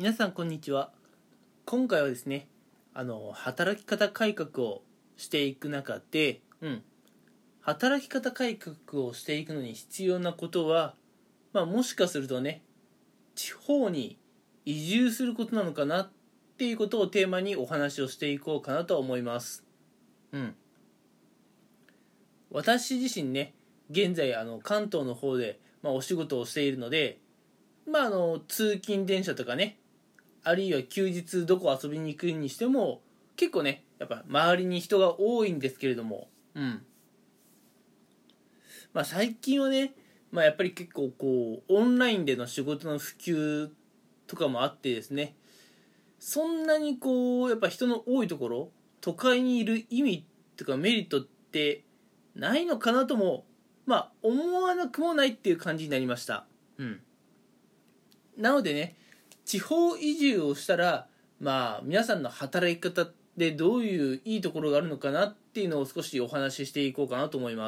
皆さんこんにちは。今回はですね、働き方改革をしていく中で、働き方改革をしていくのに必要なことは、もしかするとね、地方に移住することなのかなっていうことをテーマにお話をしていこうかなと思います。私自身ね、現在関東の方で、お仕事をしているので、通勤電車とかね、あるいは休日どこ遊びに行くにしても結構ね、やっぱ周りに人が多いんですけれども、最近はね、やっぱり結構オンラインでの仕事の普及とかもあってですね、そんなにやっぱ人の多いところ、都会にいる意味とかメリットってないのかなとも思わなくもないっていう感じになりました。なのでね、地方移住をしたら皆さんの働き方でどういういいところがあるのかなっていうのを少しお話ししていこうかなと思います。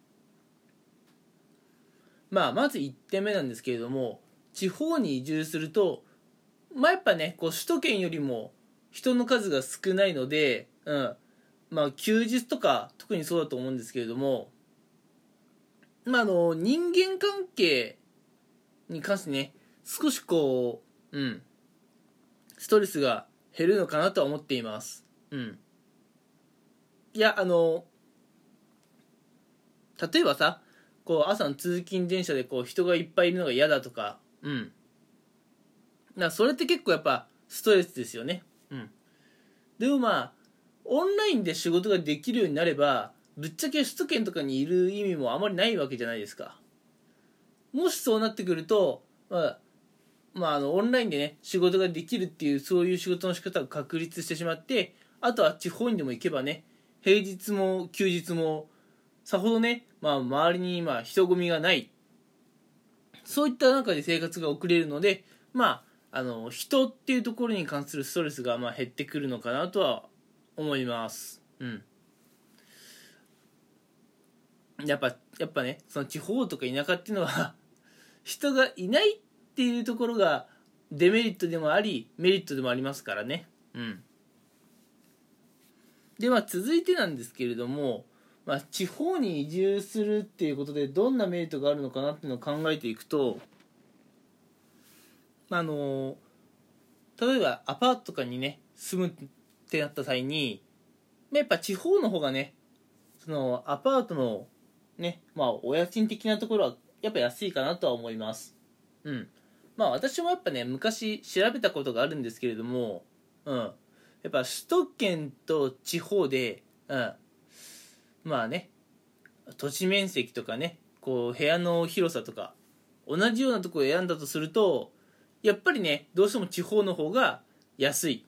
まず1点目なんですけれども、地方に移住するとやっぱね、首都圏よりも人の数が少ないので、休日とか特にそうだと思うんですけれども、人間関係に関してね、少しストレスが減るのかなとは思っています。いや、例えばさ、朝の通勤電車で人がいっぱいいるのが嫌だとか、それって結構やっぱストレスですよね。でもオンラインで仕事ができるようになれば、ぶっちゃけ首都圏とかにいる意味もあまりないわけじゃないですか。もしそうなってくると、オンラインでね、仕事ができるっていう、そういう仕事の仕方を確立してしまって、あとは地方にでも行けばね、平日も休日もさほどね、周りに人混みがない、そういった中で生活が送れるので、人っていうところに関するストレスが減ってくるのかなとは思います。やっぱね、その地方とか田舎っていうのは人がいないっていうところがデメリットでもありメリットでもありますからね。で続いてなんですけれども、地方に移住するっていうことでどんなメリットがあるのかなっていうのを考えていくと、例えばアパートとかにね住むってなった際に、やっぱ地方の方がね、そのアパートのね、お家賃的なところはやっぱ安いかなとは思います。私もやっぱね、昔調べたことがあるんですけれども、やっぱ首都圏と地方で、土地面積とかね、部屋の広さとか同じようなところを選んだとすると、やっぱりね、どうしても地方の方が安い、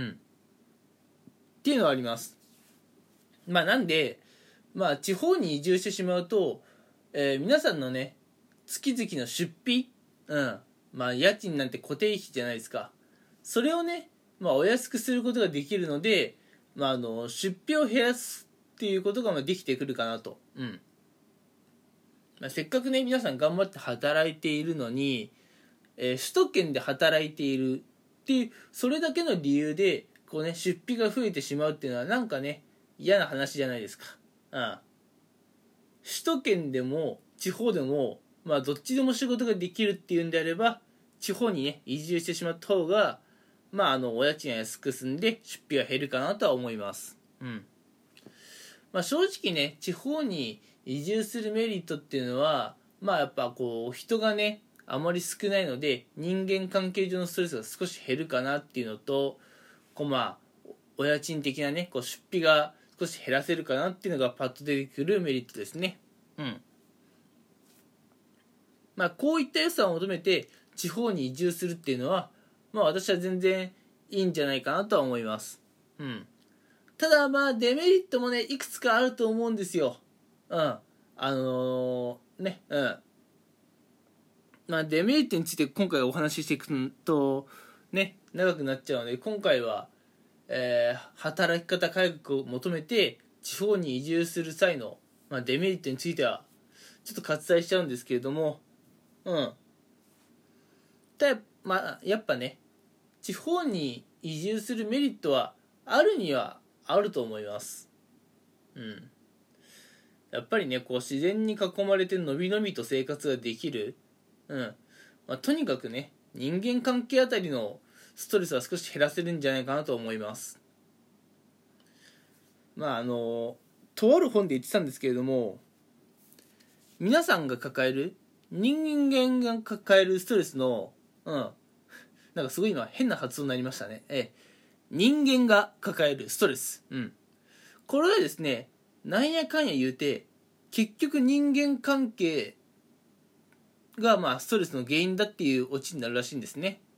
っていうのはあります。なんで地方に移住してしまうと、皆さんのね、月々の出費、家賃なんて固定費じゃないですか。それをね、お安くすることができるので、出費を減らすっていうことができてくるかなと。せっかくね、皆さん頑張って働いているのに、首都圏で働いているっていう、それだけの理由で出費が増えてしまうっていうのはなんかね、嫌な話じゃないですか。首都圏でも地方でもどっちでも仕事ができるっていうんであれば、地方にね移住してしまった方がお家賃は安く済んで出費は減るかなとは思います。正直ね、地方に移住するメリットっていうのはやっぱ人がねあまり少ないので、人間関係上のストレスが少し減るかなっていうのと、お家賃的なね出費が少し減らせるかなっていうのがパッと出てくるメリットですね。こういった良さを求めて地方に移住するっていうのは私は全然いいんじゃないかなとは思います。ただデメリットもねいくつかあると思うんですよ。デメリットについて今回お話ししていくとね長くなっちゃうので、今回は働き方改革を求めて地方に移住する際の、デメリットについてはちょっと割愛しちゃうんですけれども、やっぱね、 地方に移住するメリットはあるにはあると思います。やっぱりね、こう自然に囲まれてのびのびと生活ができる。とにかくね、人間関係あたりのストレスは少し減らせるんじゃないかなと思います。とある本で言ってたんですけれども、皆さんが抱える、人間が抱えるストレスの、なんかすごい今変な発音になりましたね。人間が抱えるストレス。これはですね、なんやかんや言うて、結局人間関係がストレスの原因だっていうオチになるらしいんですね。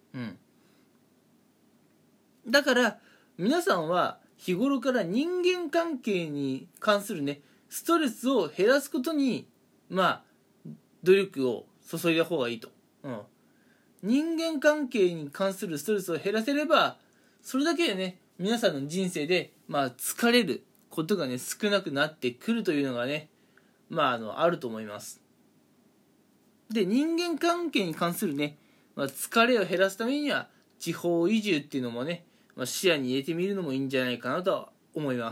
だから皆さんは日頃から人間関係に関するねストレスを減らすことに努力を注いだ方がいいと。人間関係に関するストレスを減らせればそれだけでね皆さんの人生で疲れることがね少なくなってくるというのがねあると思います。で、人間関係に関するね、疲れを減らすためには地方移住っていうのもね、視野に入れてみるのもいいんじゃないかなと思います。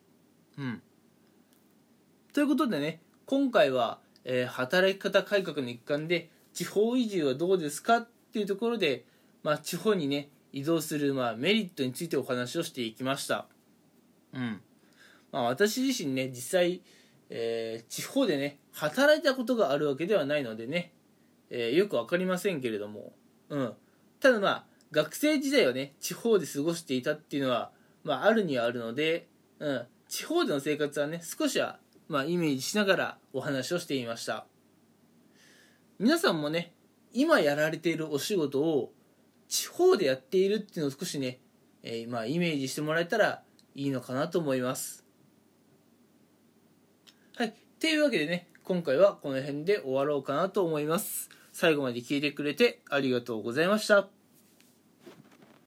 ということでね、今回は、働き方改革の一環で地方移住はどうですかっていうところで、地方にね移動するメリットについてお話をしていきました。私自身ね実際、地方でね働いたことがあるわけではないのでね、よく分かりませんけれども、ただ学生時代はね地方で過ごしていたっていうのは、あるにはあるので、地方での生活はね少しは、イメージしながらお話をしてみました。皆さんもね今やられているお仕事を地方でやっているっていうのを少しね、イメージしてもらえたらいいのかなと思います。はい。というわけでね、今回はこの辺で終わろうかなと思います。最後まで聞いてくれてありがとうございました。